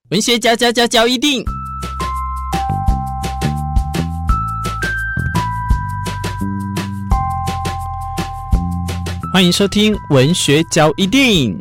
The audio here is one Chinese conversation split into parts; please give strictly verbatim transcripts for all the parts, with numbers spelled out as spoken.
文学交交交交一定，欢迎收听文学交一定。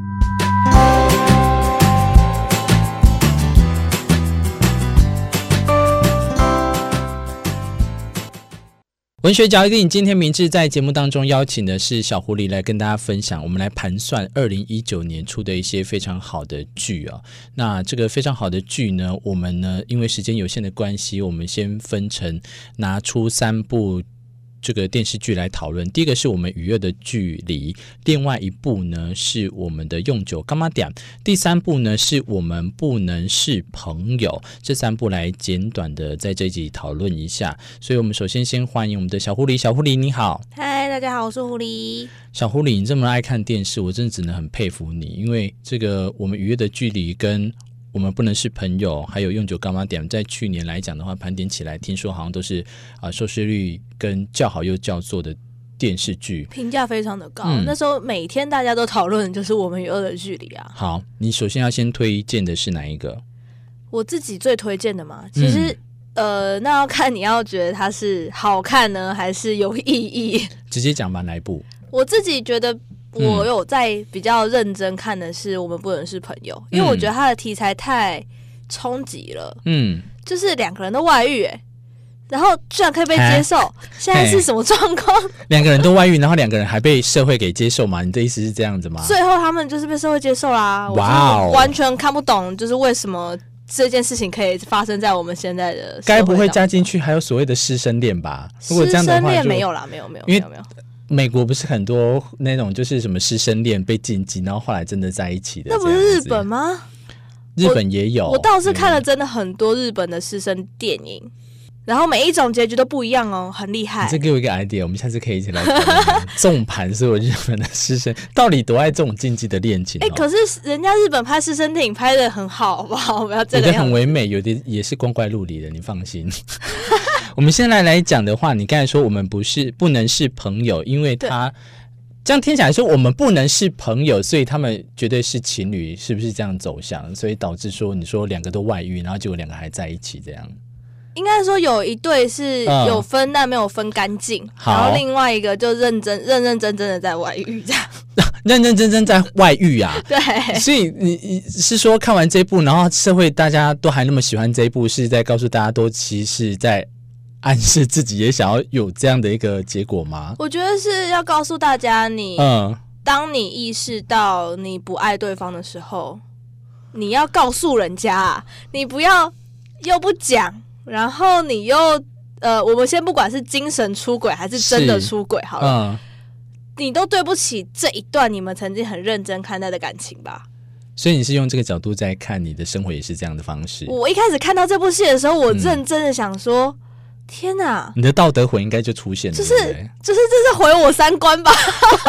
文学交一定，今天明志在节目当中邀请的是小狐狸来跟大家分享，我们来盘算二零一九年出的一些非常好的剧啊。那这个非常好的剧呢，我们呢因为时间有限的关系，我们先分成拿出三部这个电视剧来讨论。第一个是我们愉悦的距离，另外一部呢是我们的用酒干嘛点，第三部呢是我们不能是朋友。这三部来简短的在这一集讨论一下。所以我们首先先欢迎我们的小狐狸。小狐狸你好。 嗨，大家好，我是狐狸。 小狐狸，你这么爱看电视，我真的只能很佩服你，因为这个我们愉悦的距离跟我们不能是朋友还有用酒干嘛点，在去年来讲的话，盘点起来听说好像都是、呃、收视率跟较好又较做的电视剧， 评价非常的高、嗯、那时候每天大家都讨论就是我们与恶的距离啊。 好，你首先要先推荐的是哪一个？ 我自己最推荐的嘛，其实、嗯、呃，那要看你要觉得它是好看呢还是有意义， 直接讲吧，哪一部？ 我自己觉得我有在比较认真看的是我们不能是朋友、嗯、因为我觉得它的题材太冲击了，嗯，就是两个人的外遇、欸、然后居然可以被接受，现在是什么状况？两个人都外遇，然后两个人还被社会给接受吗？你的意思是这样子吗？ 最后他们就是被社会接受啦。哇、wow ，完全看不懂，就是为什么这件事情可以发生在我们现在的社会。 该不会加进去还有所谓的师生恋吧？如果这样的话就， 师生恋没有啦，没有没有，因为没有没有。 美国不是很多那种就是什么师生恋被禁忌，然后后来真的在一起的， 那不是日本吗？ 日本也有。 我, 我倒是看了真的很多日本的师生电影、嗯，然后每一种结局都不一样哦，很厉害。 你再给我一个 idea， 我们下次可以一起来纵盘所有日本的师生到底多爱这种禁忌的恋情、哦。 哎、欸，可是人家日本拍师生电影拍得很好，好不好？不要这个样子。 有的很唯美，有的也是光怪陆离的，你放心。我们现在来讲的话，你刚才说我们不是不能是朋友，因为他这样听起来说我们不能是朋友，所以他们绝对是情侣，是不是这样走向？所以导致说你说两个都外遇，然后结果两个还在一起这样。 应该说有一对是有分、嗯、但没有分干净，然后另外一个就认真认认真真的在外遇这样。 认认真真在外遇啊？ 对。 所以你是说看完这一部，然后社会大家都还那么喜欢这一部，是在告诉大家都其实是在暗示自己也想要有这样的一个结果吗？ 我觉得是要告诉大家你，嗯，当你意识到你不爱对方的时候，你要告诉人家，你不要又不讲，然后你又呃，我们先不管是精神出轨还是真的出轨好了、嗯，你都对不起这一段你们曾经很认真看待的感情吧。 所以你是用这个角度在看你的生活，也是这样的方式。 我一开始看到这部戏的时候，我认真的想说、嗯天哪， 你的道德魂应该就出现了， 就是对对就是这是毁我三观吧。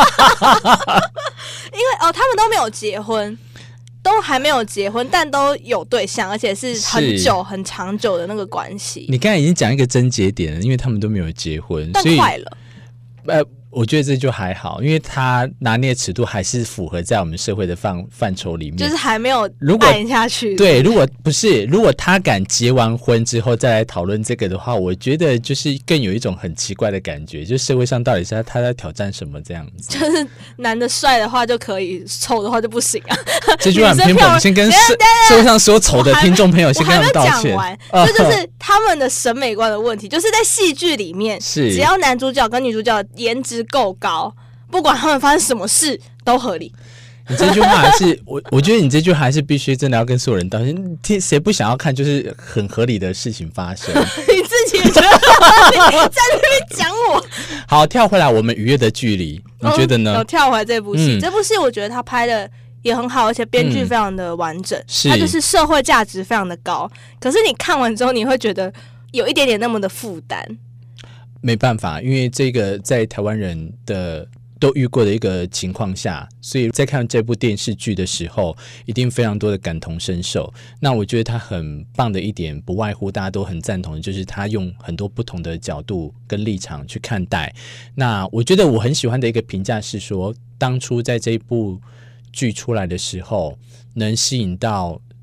因为哦，他们都没有结婚，都还没有结婚，但都有对象，而且是很久很长久的那个关系。 你刚才已经讲一个症结点了，因为他们都没有结婚， 但快了。 呃，我觉得这就还好，因为他拿捏尺度还是符合在我们社会的范范畴里面， 就是还没有按下去。 对，如果不是，如果他敢结完婚之后再来讨论这个的话，我觉得就是更有一种很奇怪的感觉，就社会上到底是 他, 他在挑战什么这样子。 就是男的帅的话就可以，丑的话就不行啊。 这句话很偏颇，我们先跟社社会上所有丑的听众朋友先跟他们道歉。 我还没讲完，这就是他们的审美观的问题，就是在戏剧里面，只要男主角跟女主角颜值够高，不管他们发生什么事都合理。 你这句话还是我，我觉得你这句话还是必须真的要跟所有人道歉。谁不想要看就是很合理的事情发生？ 你自己也觉得合理，在那边讲我。 好，跳回来我们愉悦的距离，你觉得呢？ 有跳回来这部戏、嗯，这部戏我觉得他拍的也很好，而且编剧非常的完整，它、嗯、就是社会价值非常的高。可是你看完之后，你会觉得有一点点那么的负担。 没办法，因为这个在台湾人的都遇过的一个情况下，所以在看这部电视剧的时候一定非常多的感同身受。那我觉得他很棒的一点不外乎大家都很赞同的，就是他用很多不同的角度跟立场去看待。那我觉得我很喜欢的一个评价是说，当初在这一部剧出来的时候能吸引到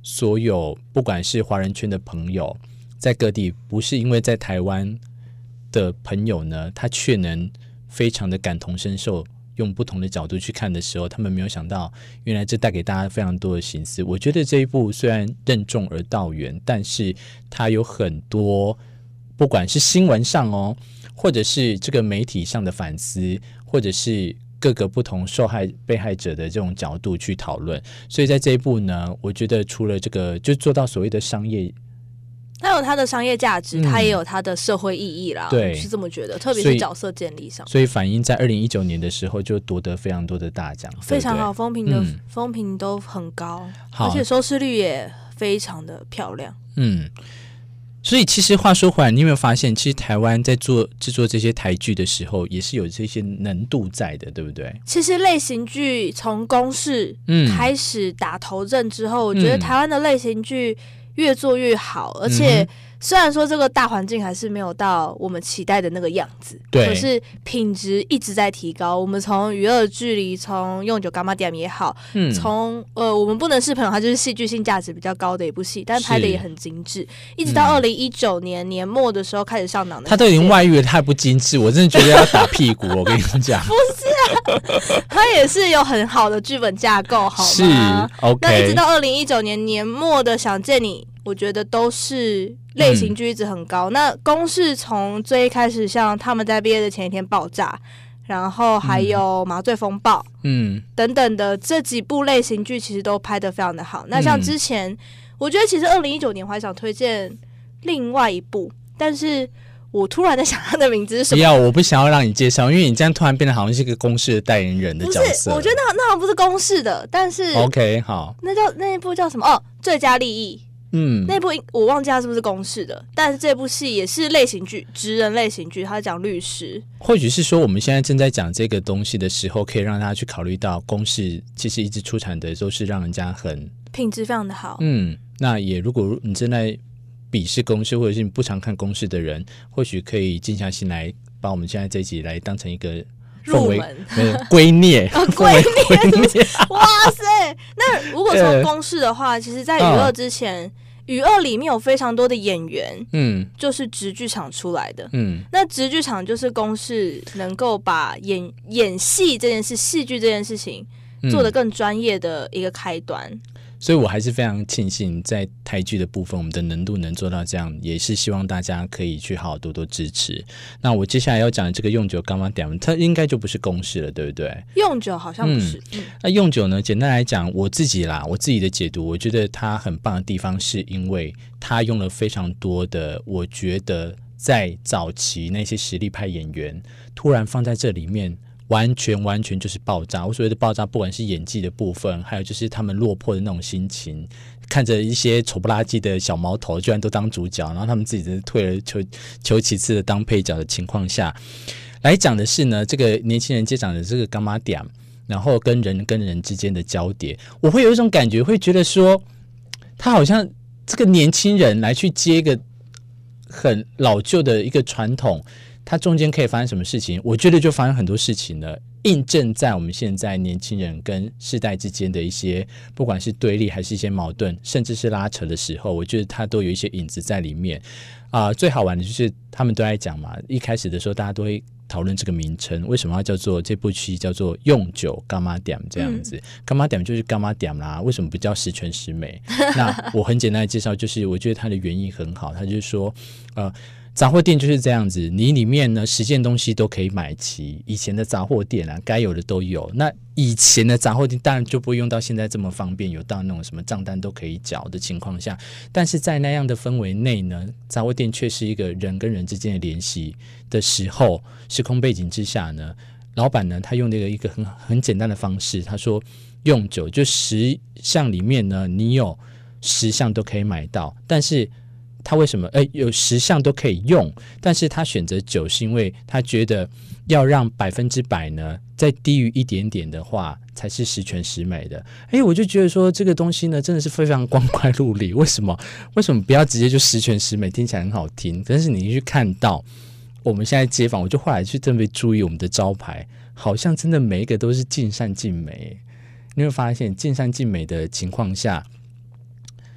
所有不管是华人圈的朋友在各地，不是因为在台湾的朋友呢，他却能非常的感同身受，用不同的角度去看的时候，他们没有想到原来这带给大家非常多的心思。我觉得这一部虽然任重而道远，但是它有很多不管是新闻上哦，或者是这个媒体上的反思，或者是各个不同受害被害者的这种角度去讨论。所以在这一部呢，我觉得除了这个就做到所谓的商业， 它有它的商业价值，嗯、它也有它的社会意义啦。对，是这么觉得，特别是角色建立上。 所以反映在二零一九年的时候就夺得非常多的大奖， 非常好，风评的、嗯、风评都很高，而且收视率也非常的漂亮。 嗯。所以其实话说回来，你有没有发现其实台湾在做制作这些台剧的时候也是有这些能度在的，对不对？ 其实类型剧从公视开始打头阵之后、嗯、我觉得台湾的类型剧越做越好，而且虽然说这个大环境还是没有到我们期待的那个样子，对，可是品质一直在提高。我们从《与恶的距离》，从《用九干妈店》也好，嗯，从呃我们不能是朋友，它就是戏剧性价值比较高的一部戏，但拍的也很精致。一直到二零一九年年末的时候开始上档的， 他都已经外遇了，他还不精致，我真的觉得要打屁股。我跟你讲， 不是啊，他也是有很好的剧本架构，好吗？ 是 OK。 那一直到二零一九年年末的《想见你》，我觉得都是类型剧一直很高。嗯、那公视从最一开始，像他们在毕业的前一天爆炸，然后还有麻醉风暴，嗯，等等的这几部类型剧，其实都拍得非常的好。那像之前，嗯、我觉得其实二零一九年我还想推荐另外一部，但是我突然在想他的名字是什么？ 不要，我不想要让你介绍，因为你这样突然变得好像是一个公视的代言人的角色。 不是，我觉得那那好像不是公视的，但是 OK 好， 那叫那一部叫什么？哦，最佳利益。嗯，那部我忘记它是不是公视的，但是这部戏也是类型剧，职人类型剧，它讲律师。 或许是说我们现在正在讲这个东西的时候，可以让大家去考虑到公视其实一直出产的都是让人家很品质非常的好。 嗯，那也如果你正在鄙视公视或者是你不常看公视的人，或许可以静下心来把我们现在这一集来当成一个入门圭臬圭臬哇塞！那如果从公视的话，其实在《娱乐》之前，《娱乐》里面有非常多的演员，嗯，就是直剧场出来的，嗯，那直剧场就是公视能够把演演戏这件事、戏剧这件事情做得更专业的一个开端。 所以我还是非常庆幸在台剧的部分我们的能度能做到这样，也是希望大家可以去好好多多支持。那我接下来要讲的这个用酒干嘛点，它应该就不是公式了，对不对？ 用酒好像不是、 嗯、那用酒呢，简单来讲我自己啦，我自己的解读，我觉得它很棒的地方是因为它用了非常多的，我觉得在早期那些实力派演员突然放在这里面完全完全就是爆炸。我所谓的爆炸，不管是演技的部分，还有就是他们落魄的那种心情，看着一些丑不拉几的小毛头居然都当主角，然后他们自己真的退而求求其次的当配角的情况下来讲的是呢，这个年轻人接掌的这个干妈点，然后跟人跟人之间的交叠，我会有一种感觉，会觉得说他好像这个年轻人来去接一个很老旧的一个传统，它中间可以发生什么事情？我觉得就发生很多事情了，印证在我们现在年轻人跟世代之间的一些不管是对立还是一些矛盾，甚至是拉扯的时候，我觉得它都有一些影子在里面啊、呃。最好玩的就是他们都在讲嘛，一开始的时候大家都会讨论这个名称，为什么要叫做这部戏叫做用酒干妈点这样子？干妈点就是干妈点啦，为什么不叫十全十美？那我很简单的介绍，就是我觉得它的原因很好，它就是说呃。杂货店就是这样子，你里面呢十件东西都可以买齐。以前的杂货店啊，该有的都有。那以前的杂货店当然就不会用到现在这么方便，有到那种什么账单都可以缴的情况下，但是在那样的氛围内呢，杂货店却是一个人跟人之间的联系的时候，时空背景之下呢，老板呢他用了一个很很简单的方式，他说用酒就十项里面呢，你有十项都可以买到，但是他为什么、欸、有十项都可以用，但是他选择酒是因为他觉得要让百分之百呢再低于一点点的话才是十全十美的。哎，我就觉得说这个东西呢真的是非常光怪陆离，为什么为什么不要直接就十全十美，听起来很好听，但是你去看到我们现在街访，我就后来去特别注意我们的招牌，好像真的每一个都是尽善尽美。你会发现尽善尽美的情况下，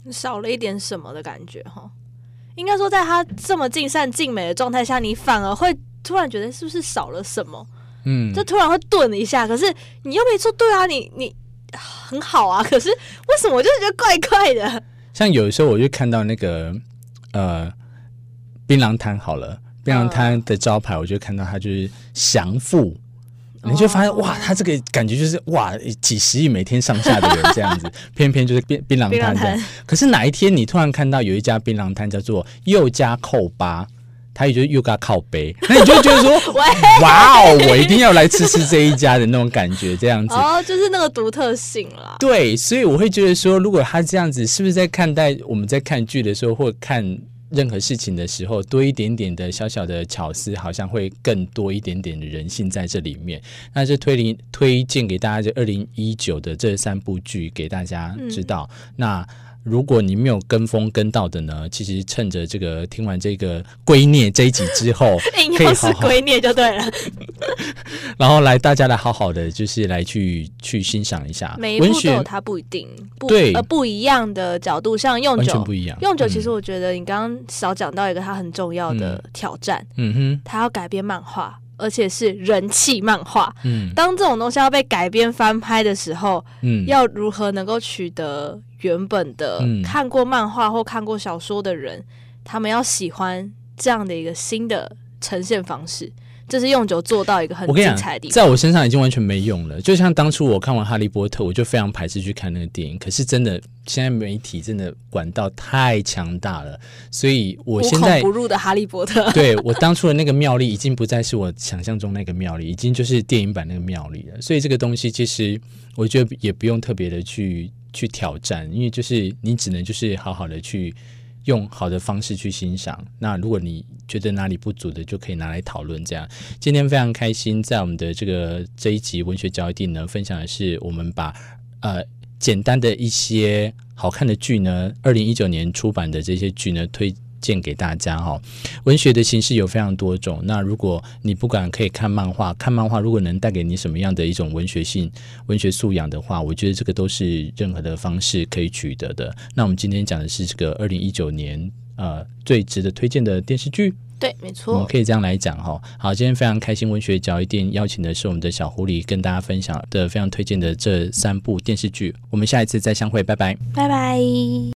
少了一点什么的感觉哈。应该说，在他这么尽善尽美的状态下，你反而会突然觉得是不是少了什么？嗯，就突然会顿一下。可是你又没说对啊，你你很好啊，可是为什么我就是觉得怪怪的？ 像有时候我就看到那个呃槟榔摊好了，槟榔摊的招牌，我就看到它就是祥富。你就发现、哦、哇，他这个感觉就是哇，几十亿每天上下的人这样子，偏偏就是槟槟榔摊这样。可是哪一天你突然看到有一家槟榔摊叫做佑家扣八，它也就是佑家靠杯，那你就觉得说，哇哦，我一定要来吃吃这一家的那种感觉，这样子。 哦，就是那个独特性啦。 对，所以我会觉得说，如果他这样子，是不是在看待我们在看剧的时候，或看任何事情的时候，多一点点的小小的巧思，好像会更多一点点的人性在这里面。那就推推荐给大家这二零一九的这三部剧给大家知道。嗯、那如果你没有跟风跟到的呢，其实趁着这个听完这个龟孽这一集之后， 硬要是龟孽就对了， 然后来大家来好好的就是来去去欣赏一下， 每一部都有它不一定不对呃不一样的角度，像用酒完全不一样。 用酒其实我觉得你刚刚少讲到一个它很重要的挑战，嗯哼，它要改编漫画。而且是人气漫画，嗯，当这种东西要被改编翻拍的时候，嗯，要如何能够取得原本的、嗯、看过漫画或看过小说的人，他们要喜欢这样的一个新的呈现方式，这是用酒做到一个很精彩的地方。 在我身上已经完全没用了。就像当初我看完《哈利波特》，我就非常排斥去看那个电影。可是真的，现在媒体真的管道太强大了，所以我现在无孔不入的哈利波特。 对，我当初的那个妙丽，已经不再是我想象中那个妙丽，已经就是电影版那个妙丽了。所以这个东西其实我觉得也不用特别的去去挑战，因为就是你只能就是好好的去。用好的方式去欣赏，那如果你觉得哪里不足的，就可以拿来讨论。这样，今天非常开心，在我们的这个这一集文学交易地呢，分享的是我们把呃简单的一些好看的剧呢，二零一九年出版的这些剧呢推荐给大家哈。文学的形式有非常多种，那如果你不管可以看漫画，看漫画如果能带给你什么样的一种文学性、文学素养的话，我觉得这个都是任何的方式可以取得的。那我们今天讲的是这个二零一九年呃最值得推荐的电视剧。 对，没错， 我们可以这样来讲哈。好，今天非常开心，文学交易店邀请的是我们的小狐狸，跟大家分享的非常推荐的这三部电视剧。我们下一次再相会，拜拜， 拜拜。